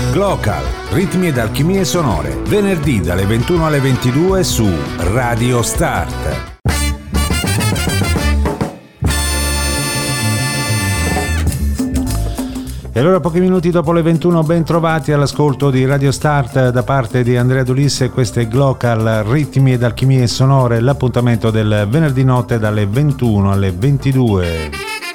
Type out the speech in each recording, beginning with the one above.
Glocal, ritmi ed alchimie sonore, venerdì dalle 21 alle 22 su Radio Start. E allora, pochi minuti dopo le 21, ben trovati all'ascolto di Radio Start da parte di Andrea D'Ulisse. Questo è Glocal, ritmi ed alchimie sonore, l'appuntamento del venerdì notte dalle 21 alle 22.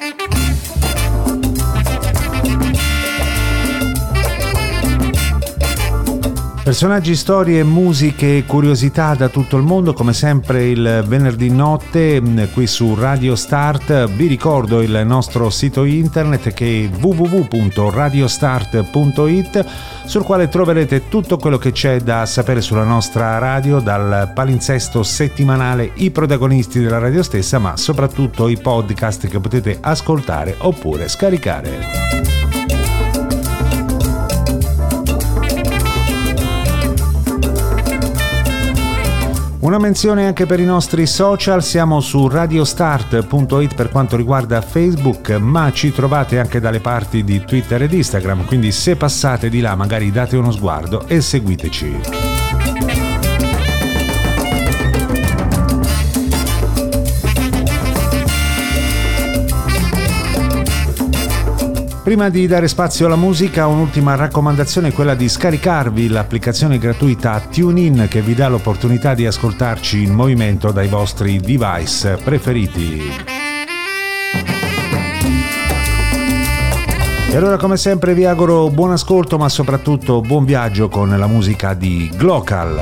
Personaggi, storie, musiche e curiosità da tutto il mondo, come sempre il venerdì notte qui su Radio Start. Vi ricordo il nostro sito internet che è www.radiostart.it, sul quale troverete tutto quello che c'è da sapere sulla nostra radio, dal palinsesto settimanale, i protagonisti della radio stessa, ma soprattutto i podcast che potete ascoltare oppure scaricare. Una menzione anche per i nostri social, siamo su radiostart.it per quanto riguarda Facebook, ma ci trovate anche dalle parti di Twitter ed Instagram, quindi se passate di là magari date uno sguardo e seguiteci. Prima di dare spazio alla musica, un'ultima raccomandazione è quella di scaricarvi l'applicazione gratuita TuneIn, che vi dà l'opportunità di ascoltarci in movimento dai vostri device preferiti. E allora, come sempre, vi auguro buon ascolto, ma soprattutto buon viaggio con la musica di Glocal.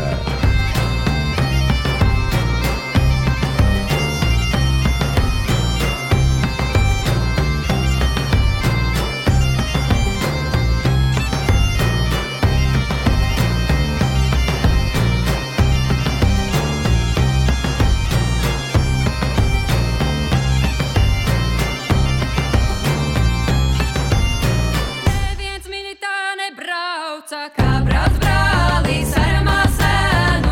Cabras brali, sarma sen,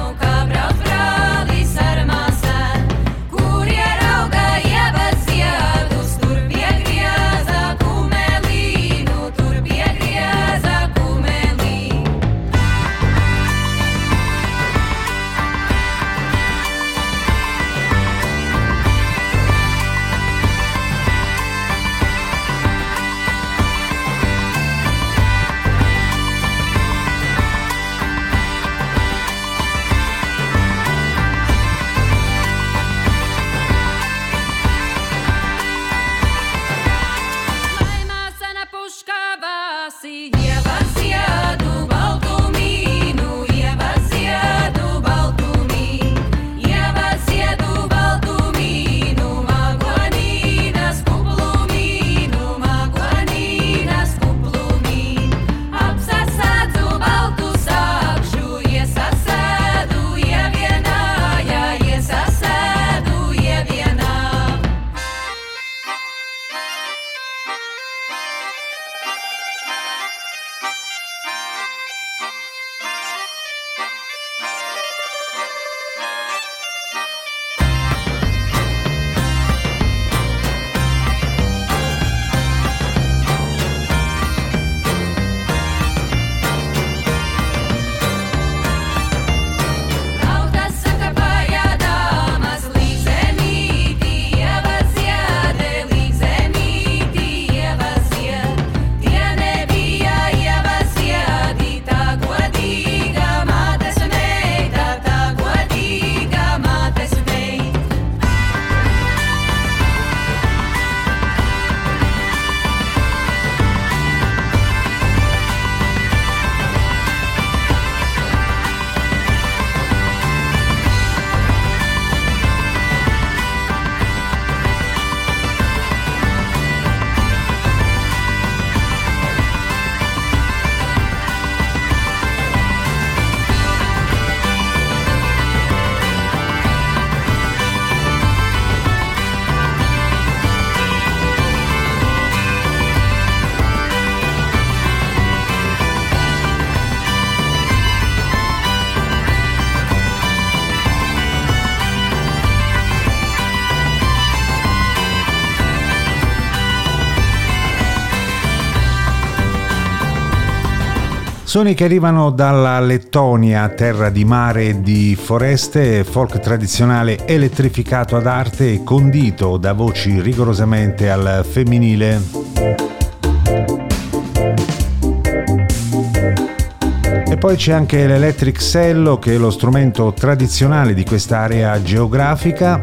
Suoni che arrivano dalla Lettonia, terra di mare e di foreste, folk tradizionale elettrificato ad arte e condito da voci rigorosamente al femminile. E poi c'è anche l'electric cello, che è lo strumento tradizionale di quest'area geografica.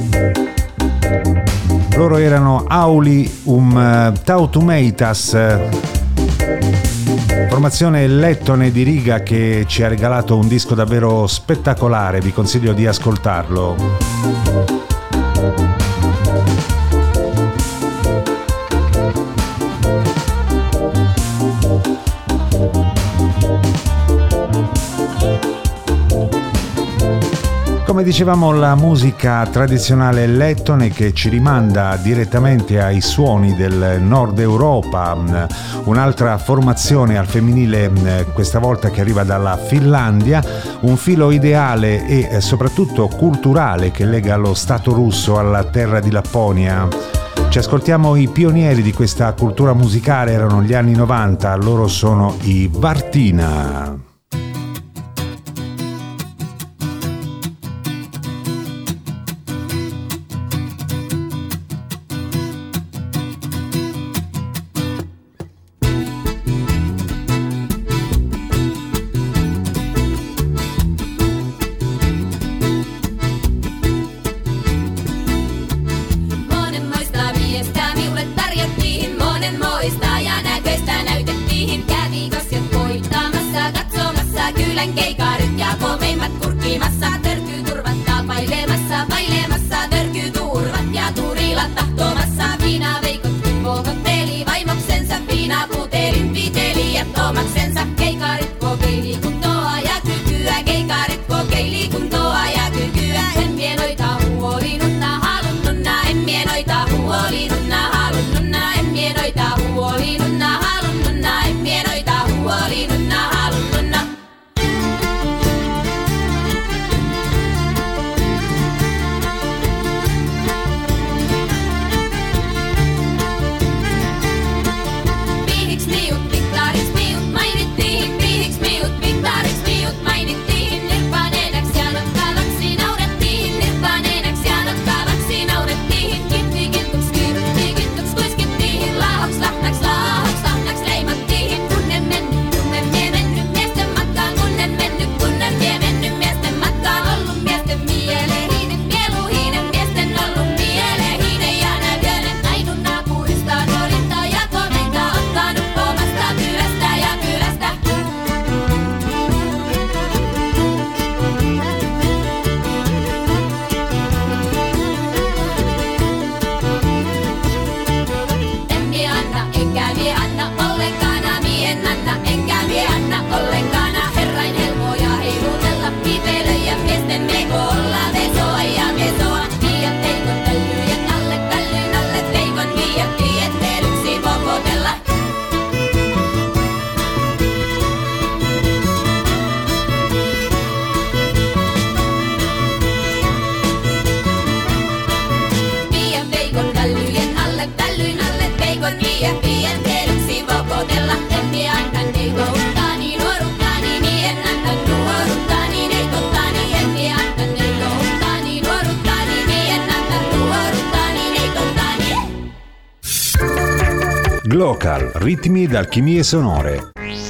Loro erano Aulium Tautumeitas, formazione lettone di Riga che ci ha regalato un disco davvero spettacolare, vi consiglio di ascoltarlo. Come dicevamo, la musica tradizionale lettone che ci rimanda direttamente ai suoni del nord Europa, un'altra formazione al femminile questa volta che arriva dalla Finlandia, un filo ideale e soprattutto culturale che lega lo Stato russo alla terra di Lapponia. Ci ascoltiamo i pionieri di questa cultura musicale, erano gli anni 90, loro sono i Vartina. Glocal, ritmi ed alchimie sonore.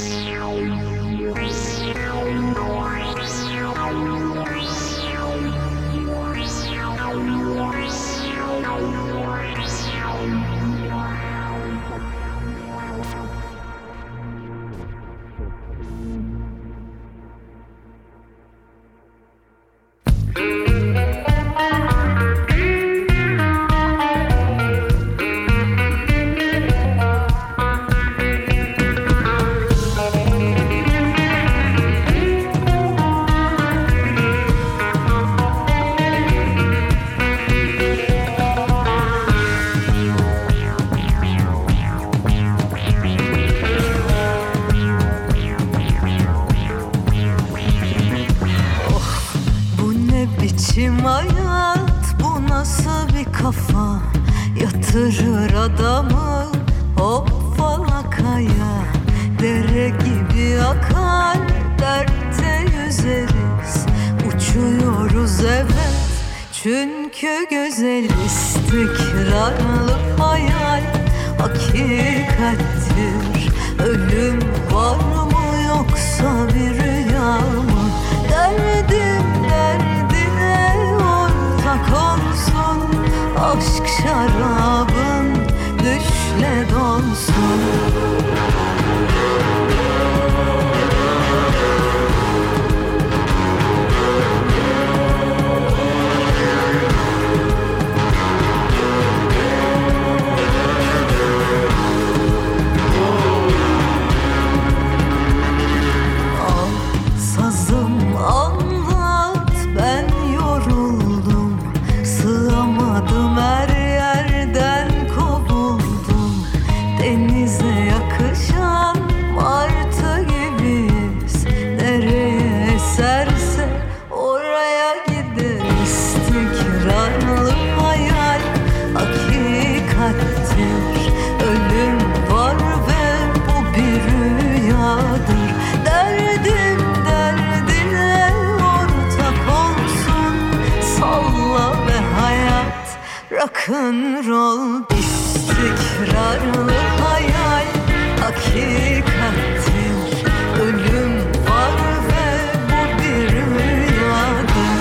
Yatırır adamı hop falakaya, dere gibi akar. Çünkü güzel istikrarlı hayal hakikattir. Ölüm var mı yoksa bir rüya mı? Derdim derdine ortak olsun. Aşk şarabın düşle dolsun. Rock'n'roll istikrarlı hayal hakikattir. Ölüm var ve bu bir rüyadır.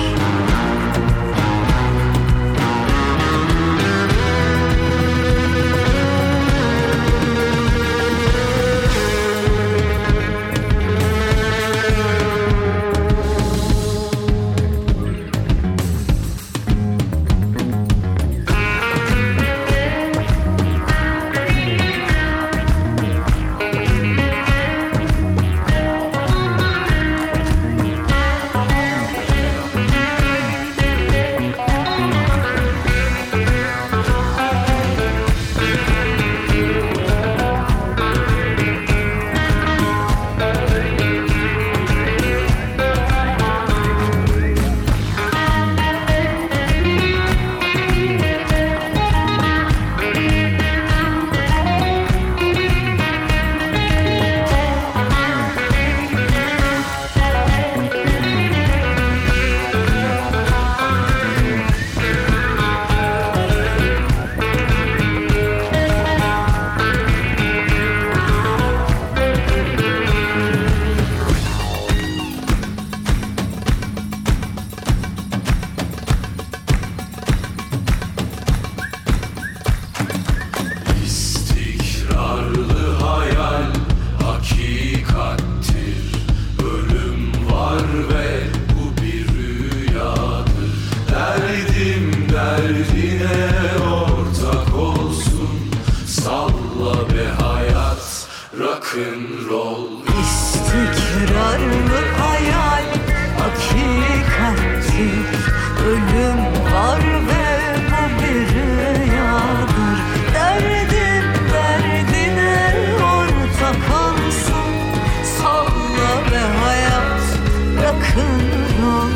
Rock'n'roll istikrarlı hayal hakikattir. Ölüm var ve bu bir rüyadır. Derdim derdine ortak olsun. Salla ve hayat rock'n'roll.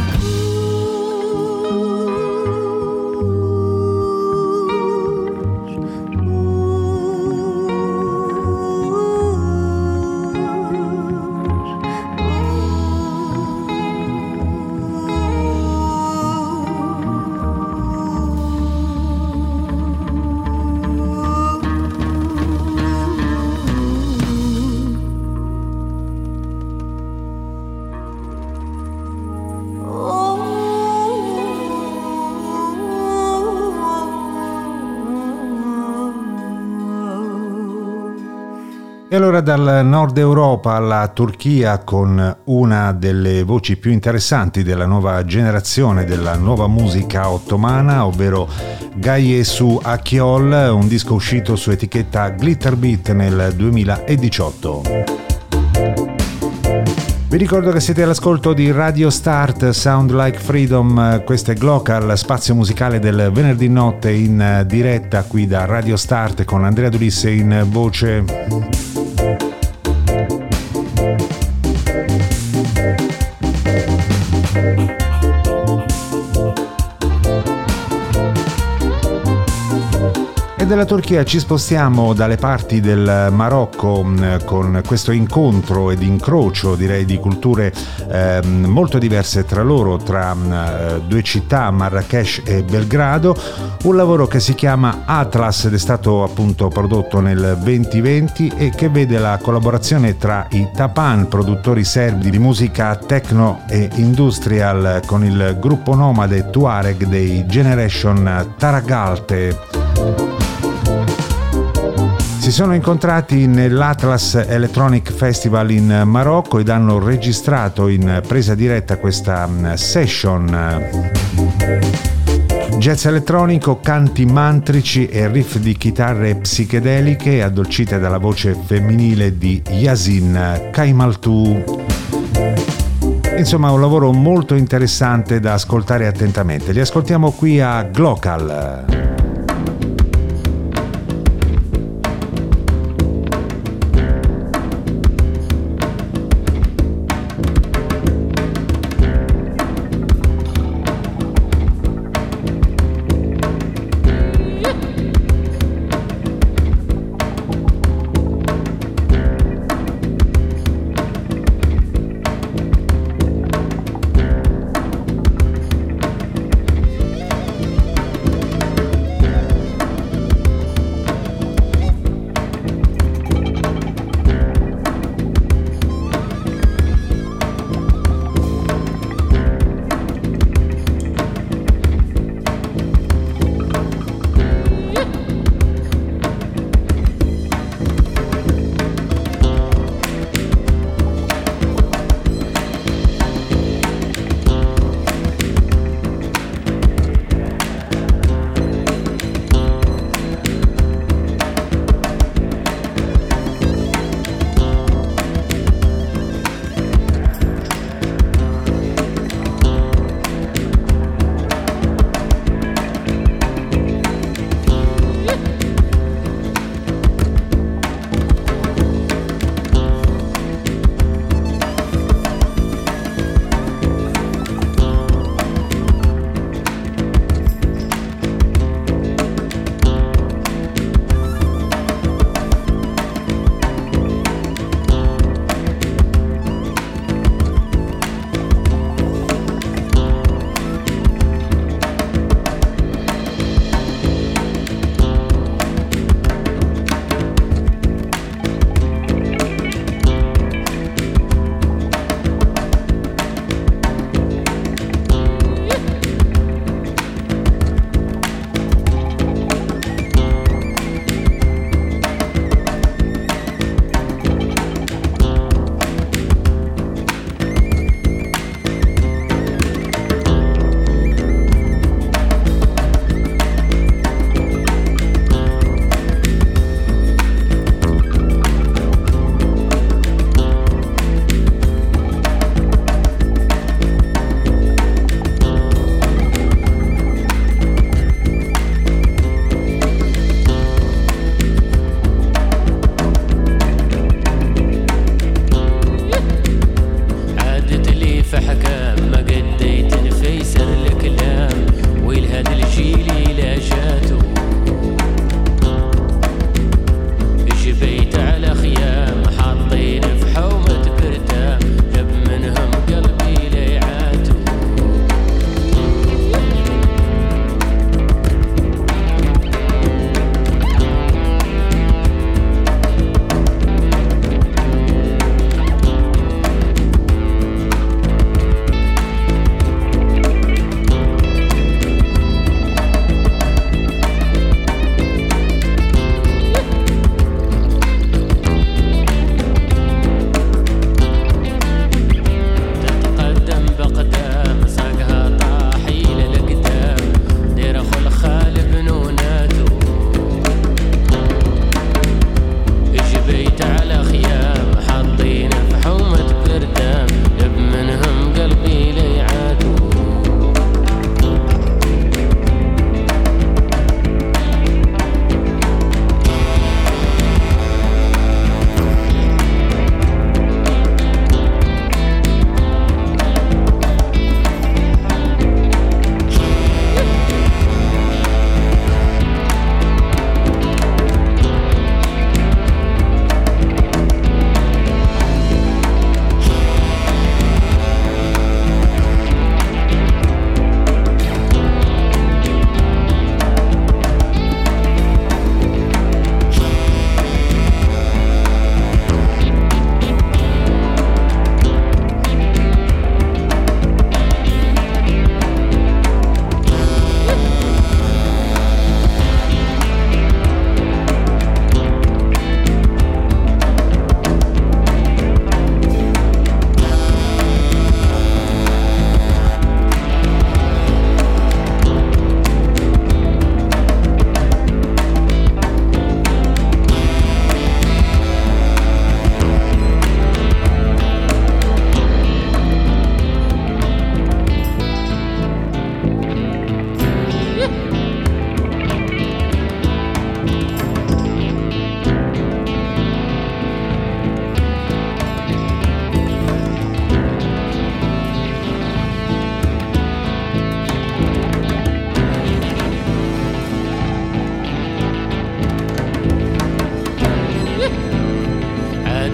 E allora dal nord Europa alla Turchia, con una delle voci più interessanti della nuova generazione della nuova musica ottomana, ovvero Gayesu Akyol, un disco uscito su etichetta Glitterbeat nel 2018. Vi ricordo che siete all'ascolto di Radio Start, Sound Like Freedom. Questo è Glocal, spazio musicale del venerdì notte in diretta qui da Radio Start con Andrea Dulisse in voce. della Turchia ci spostiamo dalle parti del Marocco con questo incontro ed incrocio, direi, di culture molto diverse tra loro, tra due città, Marrakech e Belgrado. Un lavoro che si chiama Atlas ed è stato appunto prodotto nel 2020 e che vede la collaborazione tra i Tapan, produttori serbi di musica techno e industrial, con il gruppo nomade Tuareg dei Generation Taragalte. Si sono incontrati nell'Atlas Electronic Festival in Marocco ed hanno registrato in presa diretta questa session. Jazz elettronico, canti mantrici e riff di chitarre psichedeliche addolcite dalla voce femminile di Yasin Kaimaltu. Insomma, un lavoro molto interessante da ascoltare attentamente. Li ascoltiamo qui a Glocal.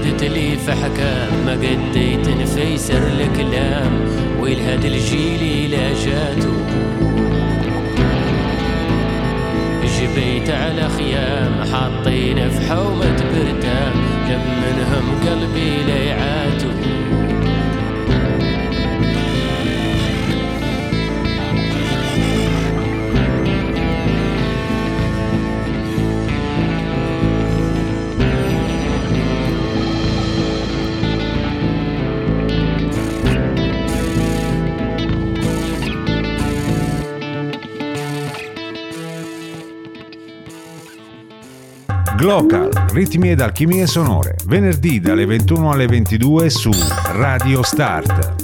زادت لي في حكام ما قديت نفيسر الكلام والهاد الجيل لا جاتو جبيت على خيام حاطين في حومة برتام كم منهم قلبي لا يعاتو Glocal, ritmi ed alchimie sonore, venerdì dalle 21 alle 22 su Radio Start.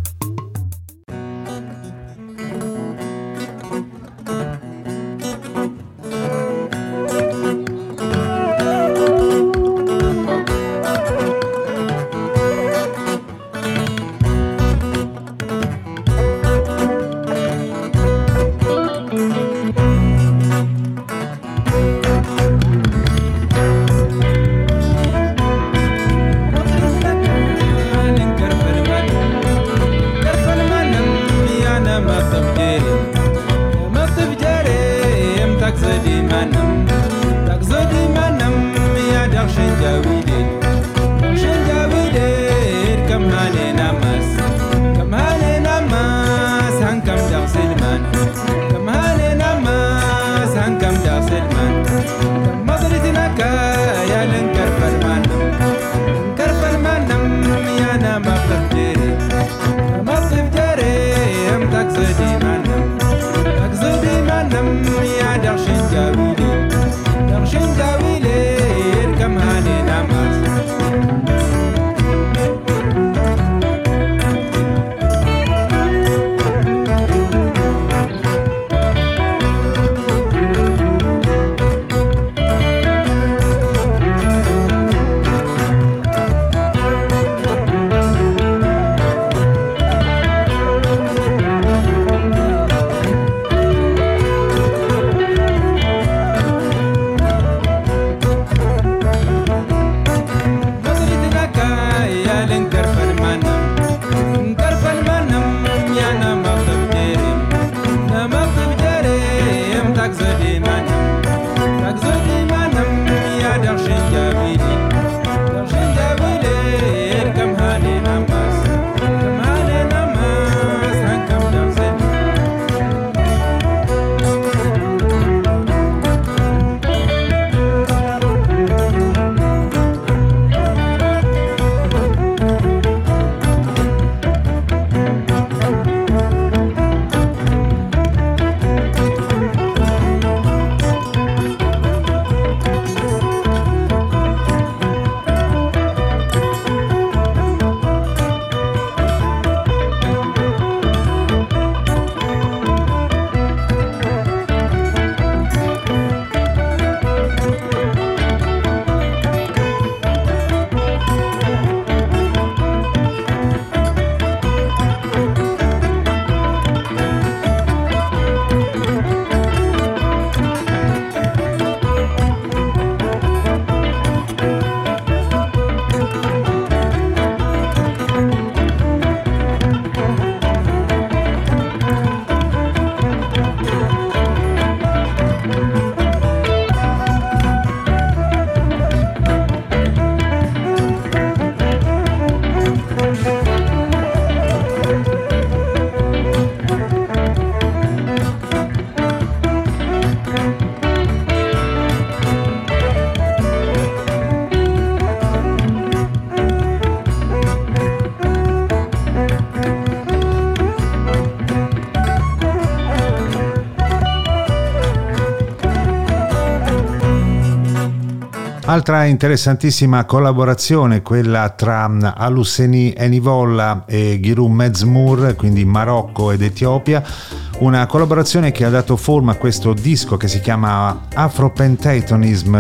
Altra interessantissima collaborazione, quella tra Aluseni Enivolla e Girum Mezmur, quindi Marocco ed Etiopia, una collaborazione che ha dato forma a questo disco che si chiama Afropentatonism.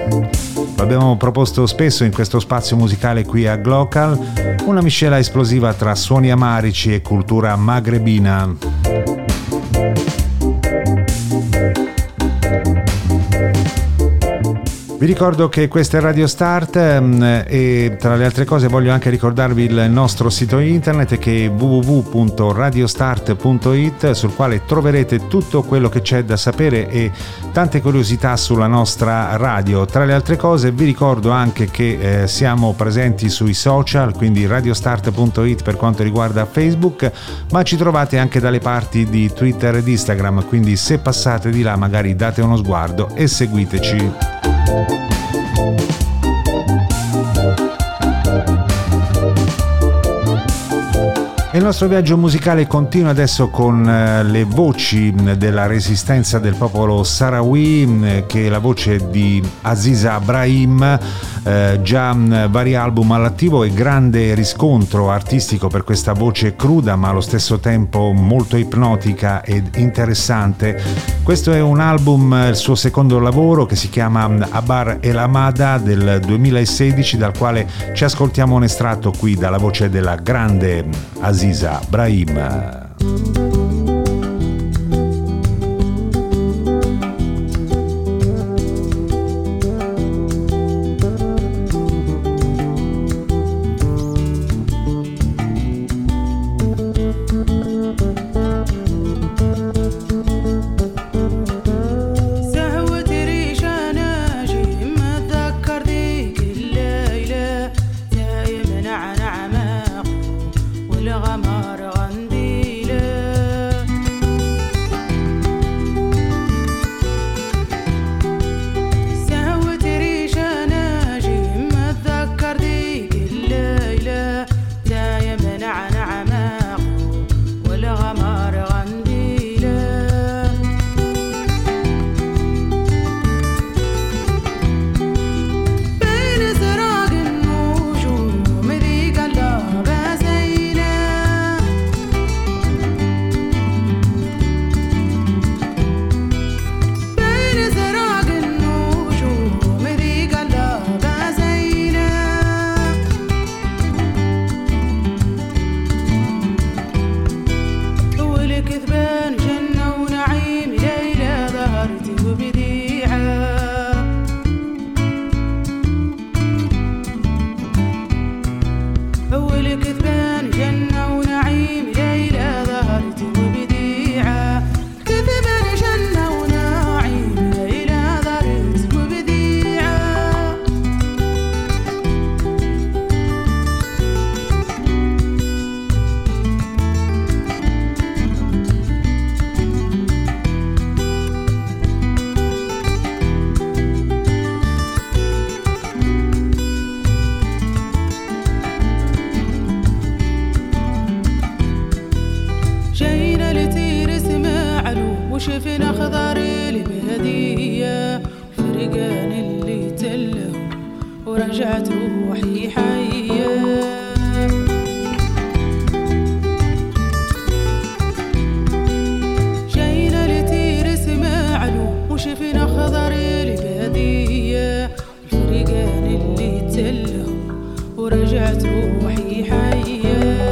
L'abbiamo proposto spesso in questo spazio musicale qui a Glocal, una miscela esplosiva tra suoni amarici e cultura magrebina. Vi ricordo che questa è Radio Start e tra le altre cose voglio anche ricordarvi il nostro sito internet che è www.radiostart.it, sul quale troverete tutto quello che c'è da sapere e tante curiosità sulla nostra radio. Tra le altre cose vi ricordo anche che siamo presenti sui social, quindi radiostart.it per quanto riguarda Facebook, ma ci trovate anche dalle parti di Twitter ed Instagram, quindi se passate di là magari date uno sguardo e seguiteci. E il nostro viaggio musicale continua adesso con le voci della resistenza del popolo Sahrawi, che è la voce di Aziza Brahim, già vari album all'attivo e grande riscontro artistico per questa voce cruda ma allo stesso tempo molto ipnotica ed interessante. Questo è un album, il suo secondo lavoro, che si chiama Abar El Amada del 2016, dal quale ci ascoltiamo un estratto qui dalla voce della grande Aziza Brahim. وشفنا خضار لي بهدية فرقان اللي تلهم ورجعت روحي حية جاينا لتيرس معلوم وشفنا خضار لي بهدية فرقان اللي تلهم ورجعت روحي حية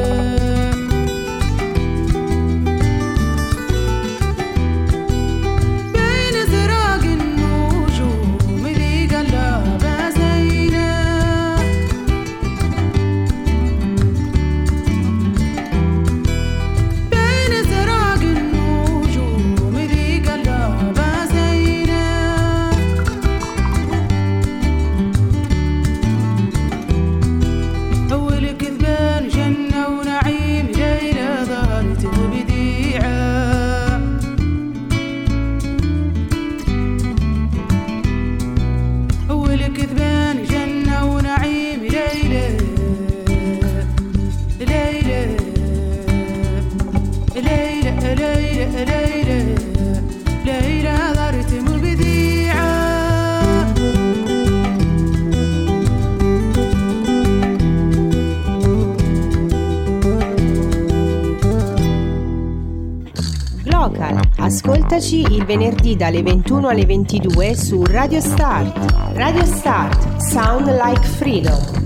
Ascoltaci il venerdì dalle 21 alle 22 su Radio Start. Radio Start, Sound Like Freedom.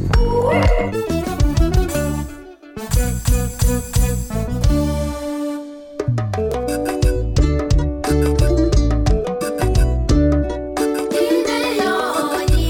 In the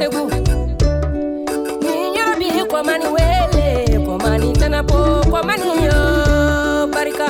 Egu Niño bi kwa mani wele kwa mani tanapo kwa mani yo barika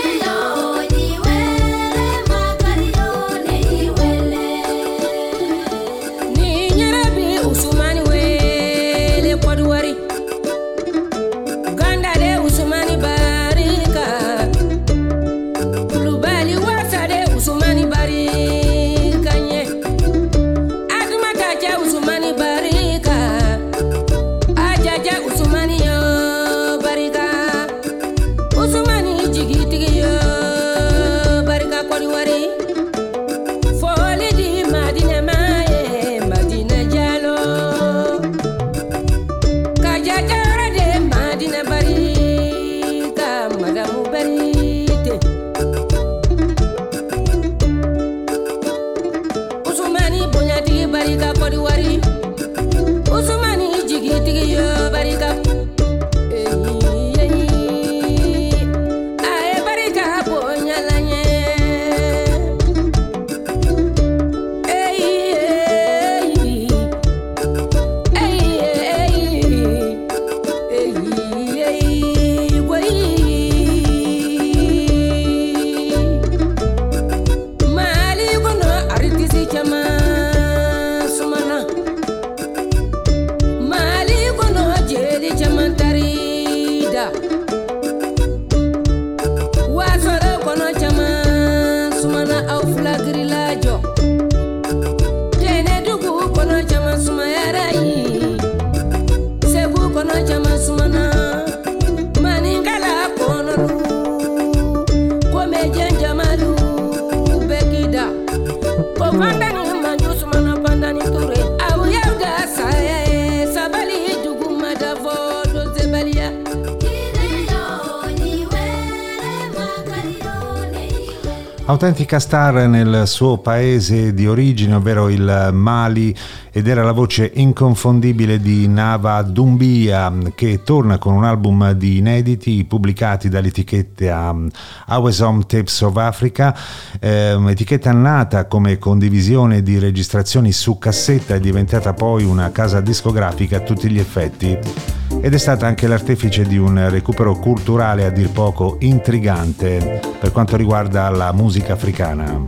Autentica star nel suo paese di origine, ovvero il Mali, ed era la voce inconfondibile di Nava Doumbia, che torna con un album di inediti pubblicati dall'etichetta Awesome Tapes of Africa, etichetta nata come condivisione di registrazioni su cassetta e diventata poi una casa discografica a tutti gli effetti, ed è stata anche l'artefice di un recupero culturale a dir poco intrigante per quanto riguarda la musica africana.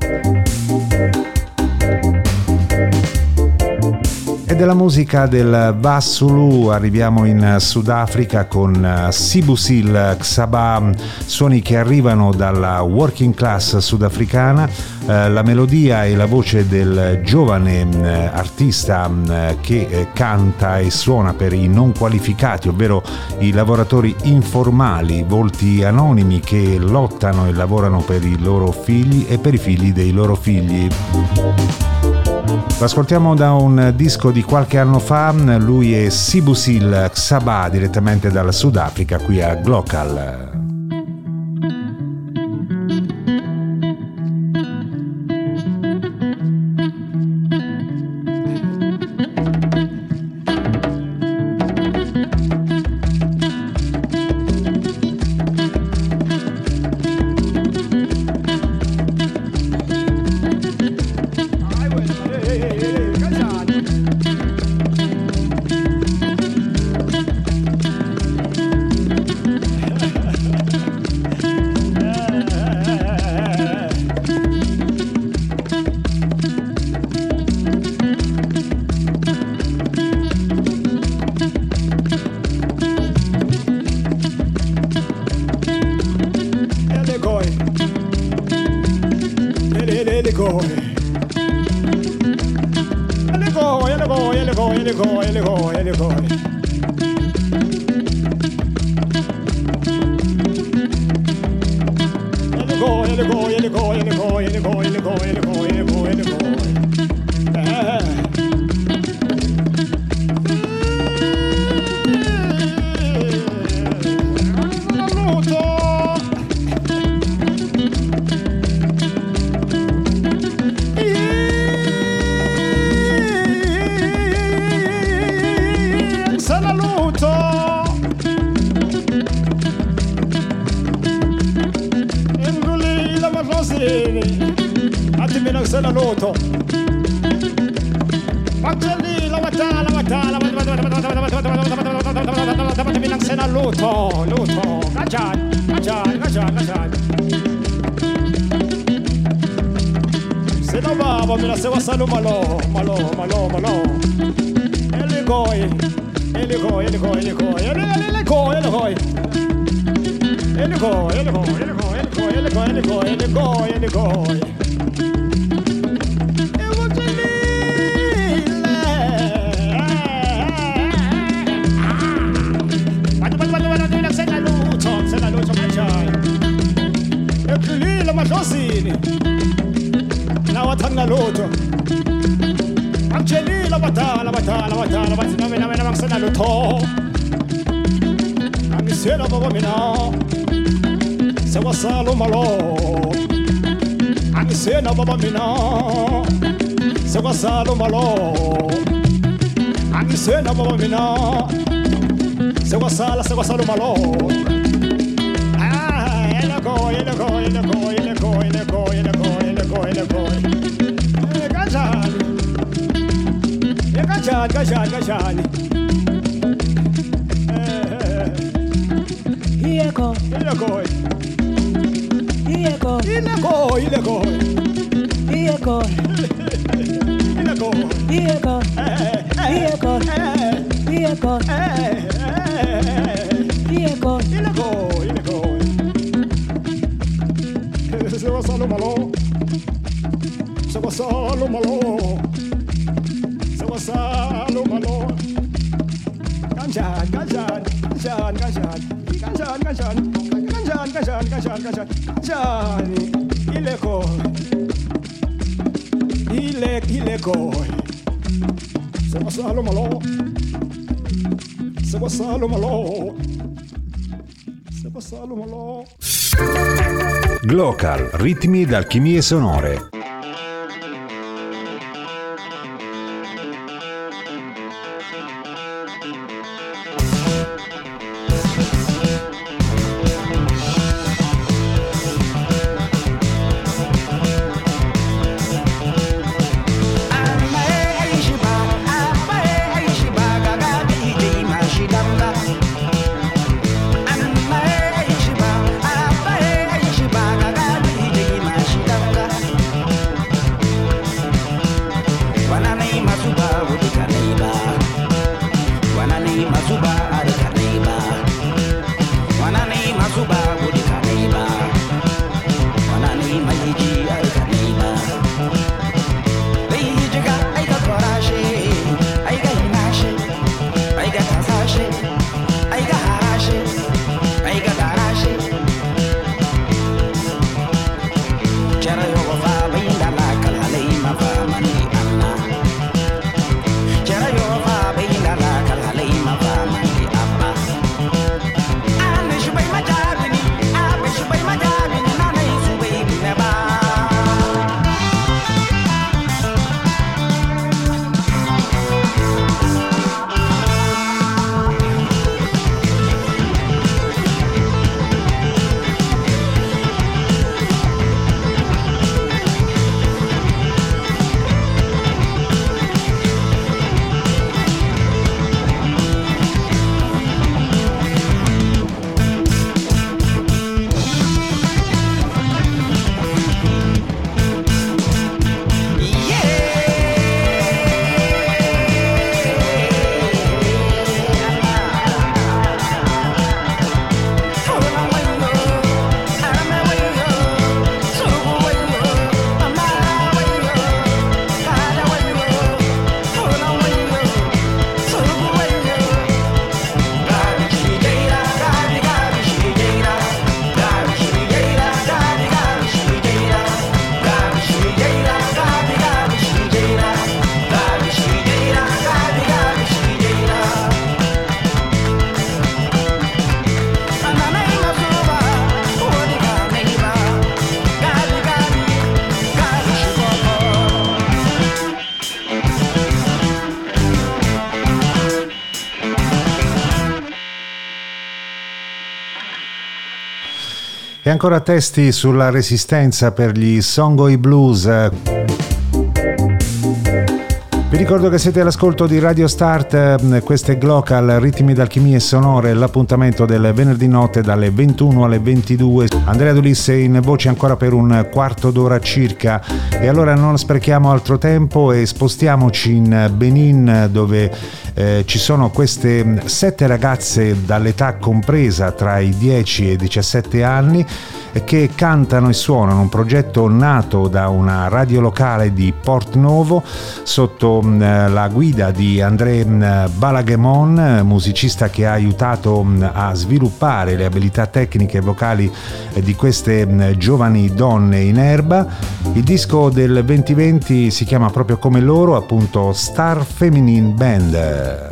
E della musica del Wassoulou arriviamo in Sudafrica con Sibusiso Xaba, suoni che arrivano dalla working class sudafricana. La melodia e la voce del giovane artista che canta e suona per i non qualificati, ovvero i lavoratori informali, volti anonimi che lottano e lavorano per i loro figli e per i figli dei loro figli. Lo ascoltiamo da un disco di qualche anno fa, lui è Sibusiso Xaba, direttamente dal Sudafrica, qui a Glocal. Se no baba mina se wasalo malo eligoi Nawatanga loto Angeli la batala Batina mena mangsana loto Amisela baba mina Se wasalo malo Amisela baba mina Se wasalo malo Amisela baba mina Se wasalo malo Gajani Ileko Se wasalo malo Gajani Ileko Se wasalo malo Glocal, ritmi ed alchimie sonore. E ancora testi sulla resistenza per gli Songoi Blues. Vi ricordo che siete all'ascolto di Radio Start, questo è Glocal, ritmi d'alchimie sonore, l'appuntamento del venerdì notte dalle 21 alle 22. Andrea D'Ulisse in voce ancora per un quarto d'ora circa, e allora non sprechiamo altro tempo e spostiamoci in Benin, dove ci sono queste 7 ragazze dall'età compresa tra i 10 e i 17 anni che cantano e suonano, un progetto nato da una radio locale di Porto Novo sotto la guida di André Balaguemon, musicista che ha aiutato a sviluppare le abilità tecniche e vocali di queste giovani donne in erba. Il disco del 2020 si chiama proprio come loro, appunto Star Feminine Band.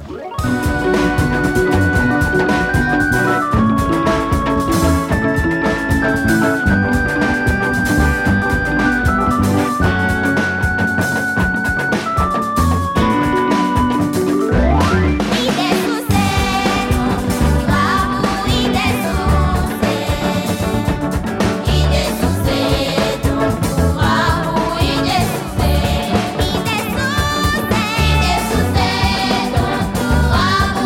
Wow.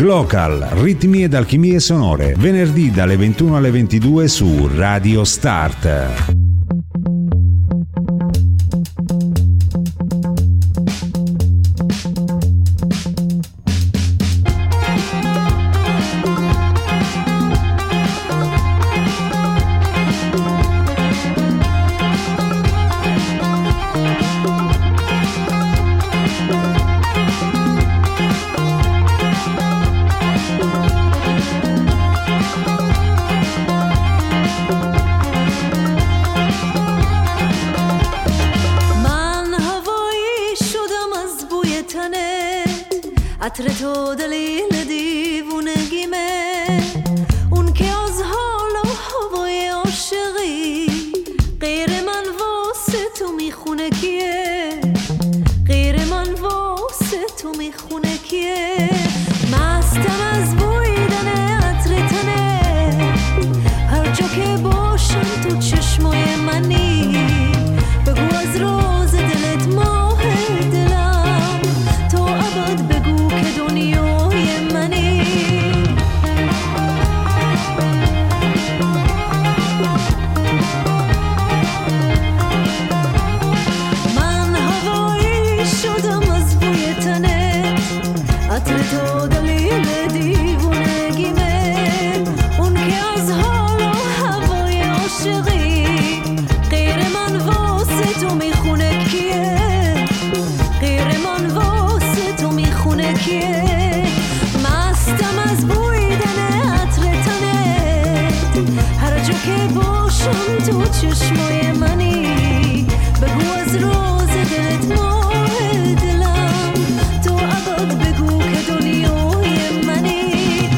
Glocal, ritmi ed alchimie sonore, venerdì dalle 21 alle 22 su Radio Start. عطر تو دلیل دیوونگیمه اون که از حال و هوای عاشقی غیر من واسه تو میخونه کیه غیر من واسه تو میخونه کیه مستم از بویدن عطر تنه هر جا که باشم تو چشمای منی بگو از راز دلت ماه دلم تو ابد بگو که دنیای منی من هوایی شدم از بوی تنت عطر تو دلیل دیوونگیمه اون که از حال و هوای عاشقی غیر من واسه تو میخونه کیه غیر من واسه تو میخونه کیه مستم از بویدن عطر تنت هر جا که باشم تو چشمای منی بگو از راز دلت ماه دلم تو ابد بگو که دنیای منی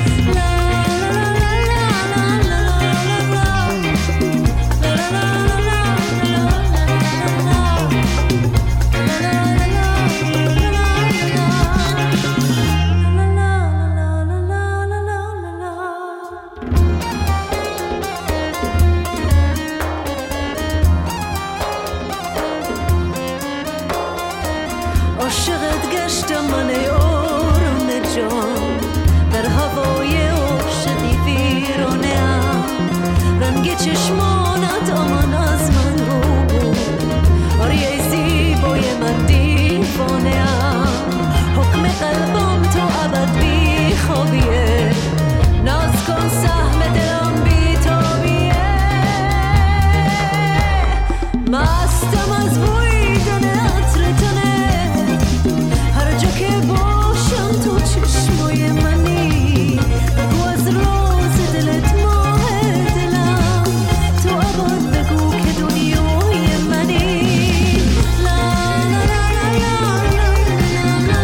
عاشقت گشتم من یارم جان در هوای عاشقی ویرانه‌ام رنگ چشمانت آمان از من رو بود آریه زیبای من دیوانه‌ام حکم قلبم تو ابد بی خوابیه ناز کن سهم دلم بی تابیه مستم از بویدن عطر تنت هر جا که باشم تو چشمای منی بگو از راز دلت ماه دلم تو ابد بگو که دنیای منی لا لا لا لا لا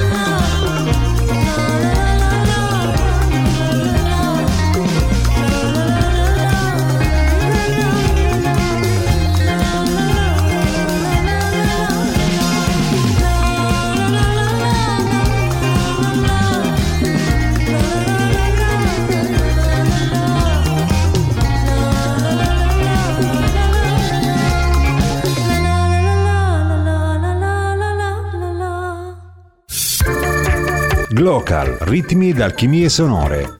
Glocal, ritmi ed alchimie sonore.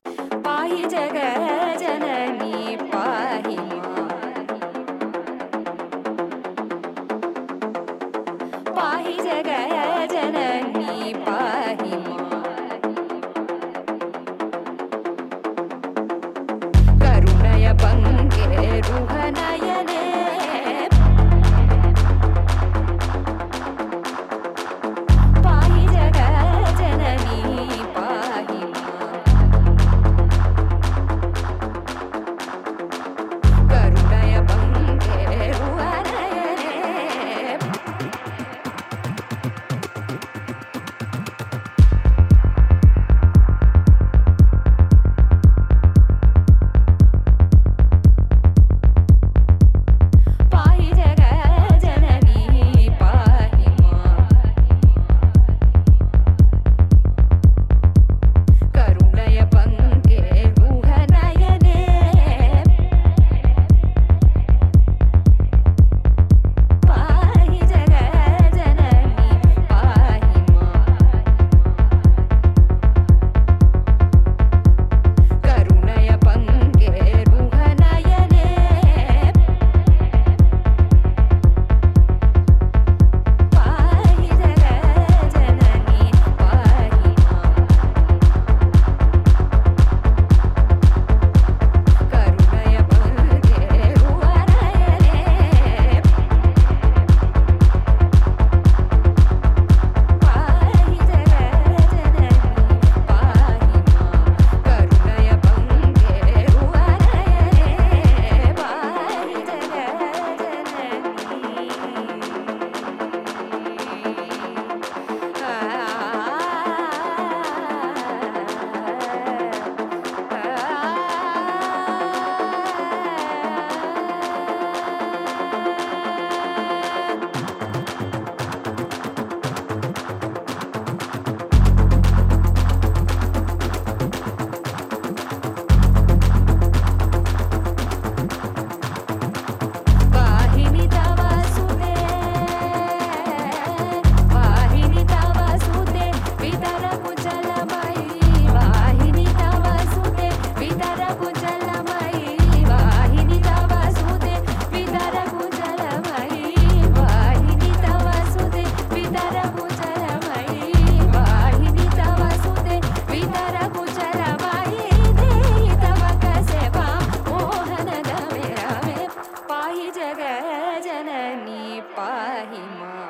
जगजननी पाहि मां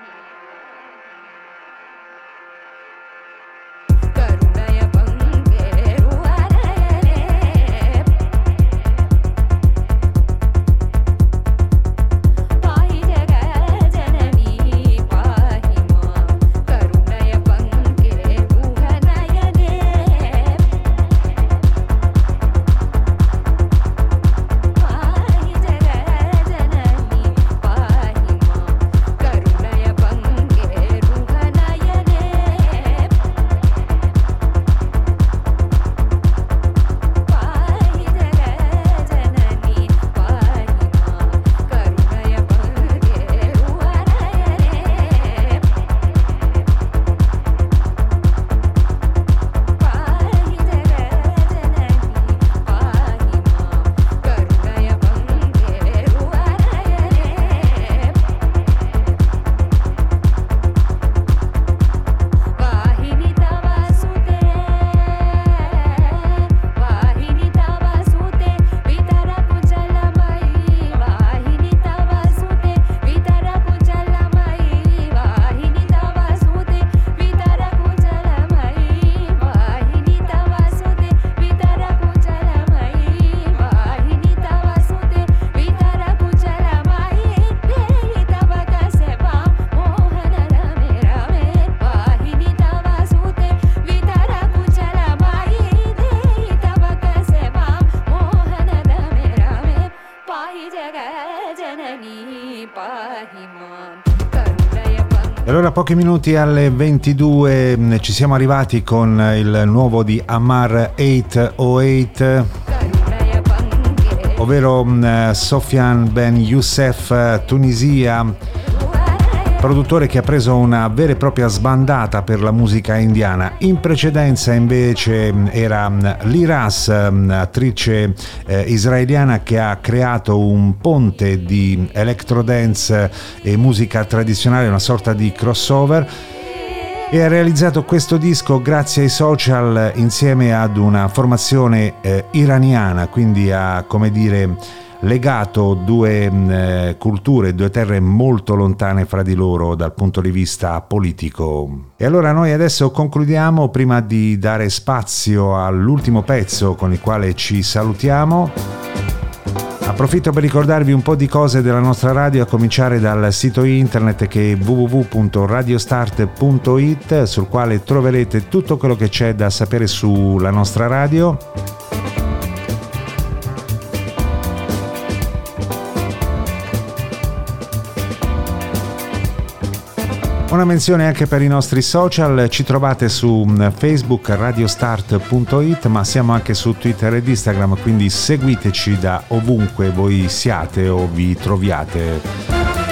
करुणय पंकेरुहरयने पाहि जगजननी पाहि मां करुणय पंकेरुहरयने पाहि जगजननी पाहि मां करुणय पंकेरुहरयने पाहि जगजननी पाहि मां करुणय पंकेरुहरयने पाहि E allora pochi minuti alle 22 ci siamo arrivati con il nuovo di Amar 808, ovvero Sofiane Ben Youssef, Tunisia, produttore che ha preso una vera e propria sbandata per la musica indiana. In precedenza invece era Liras, attrice israeliana che ha creato un ponte di electrodance e musica tradizionale, una sorta di crossover, e ha realizzato questo disco grazie ai social insieme ad una formazione iraniana, quindi ha, come dire, legato due culture, due terre molto lontane fra di loro dal punto di vista politico. E allora noi adesso concludiamo, prima di dare spazio all'ultimo pezzo con il quale ci salutiamo. Approfitto per ricordarvi un po' di cose della nostra radio, a cominciare dal sito internet che è www.radiostart.it, sul quale troverete tutto quello che c'è da sapere sulla nostra radio. Una menzione anche per i nostri social, ci trovate su Facebook radiostart.it, ma siamo anche su Twitter ed Instagram, quindi seguiteci da ovunque voi siate o vi troviate.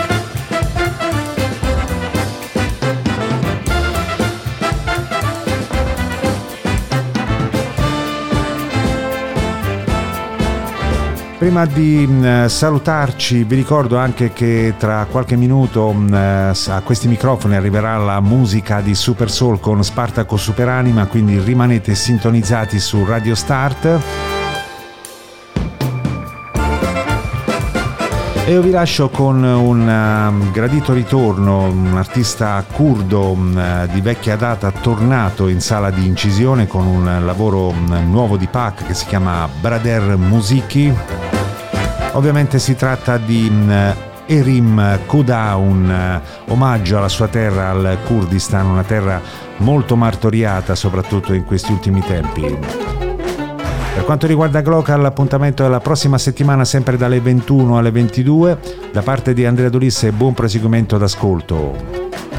Prima di salutarci vi ricordo anche che tra qualche minuto a questi microfoni arriverà la musica di Super Soul con Spartaco Superanima, quindi rimanete sintonizzati su Radio Start. E io vi lascio con un gradito ritorno, un artista curdo di vecchia data tornato in sala di incisione con un lavoro nuovo di Pak che si chiama Brader Musiki. Ovviamente si tratta di Erim Kuda, un omaggio alla sua terra, al Kurdistan, una terra molto martoriata soprattutto in questi ultimi tempi. Per quanto riguarda Glocal, l'appuntamento è la prossima settimana, sempre dalle 21 alle 22. Da parte di Andrea Dolisse, buon proseguimento d'ascolto.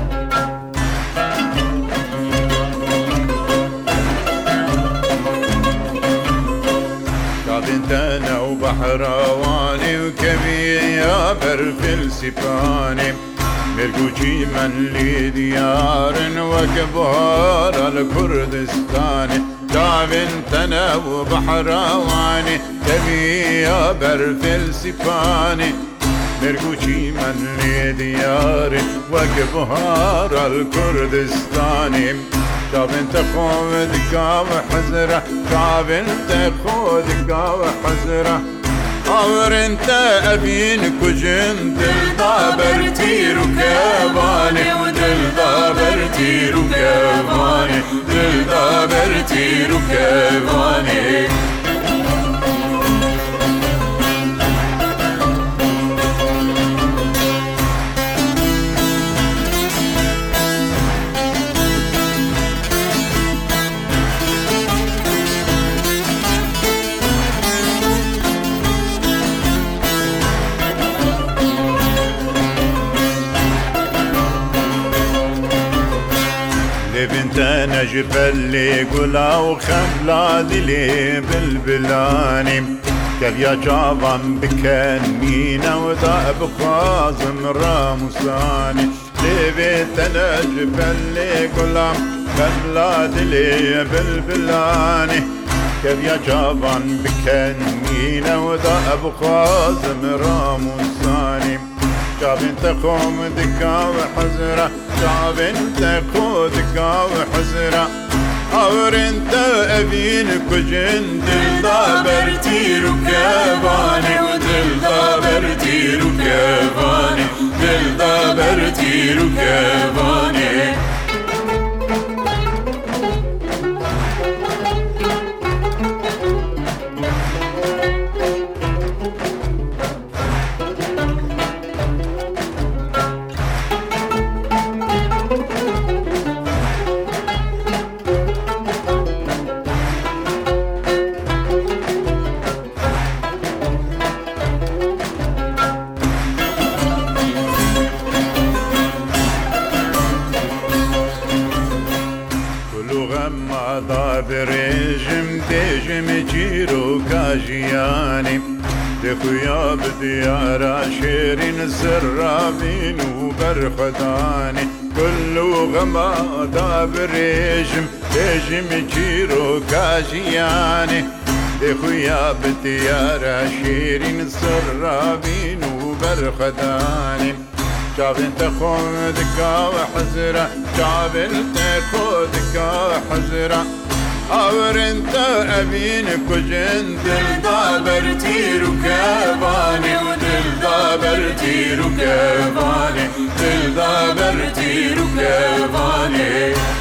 بحرواني وكبير في السفاني مرقوشي من لي ديار وكبار الكردستاني تعبت انا وبحرواني كبير في السفاني مرقوشي من لي ديار وكبار الكردستاني طب انت خود قاو حزرة طب انت خود قاو حزرة اور انت ابين كجن دل دابرتي ركباني ودل دابرتي ركباني دل دابرتي ركباني بنت نجف اللي قلا وخملا دلي بالبلاني كيف يا جابان بكن مينا وذاب خازم راموساني بنت نجف اللي قلا خملا دلي بالبلاني كيف يا جابان بكن مينا وذاب خازم راموساني جابن تخوم دكا وحزرة جابن تخو دكا وحزرة اور انت ابين كجن دل دابرتي ركباني ودل دابرتي ركباني دل دابرتي ركباني بريجم تيجم جيرو كاجياني دخويا بديارة شيرين سرابين وبرخداني كله غماضة بريجم تيجم جيرو كاجياني دخويا بديارة شيرين سرابين وبرخداني جابن تخو دكا وحزرة جابن تخو دكا وحزرة اور انت ابين كجن دل دابرتي ركباني ودل دابرتي ركباني دل دابرتي ركباني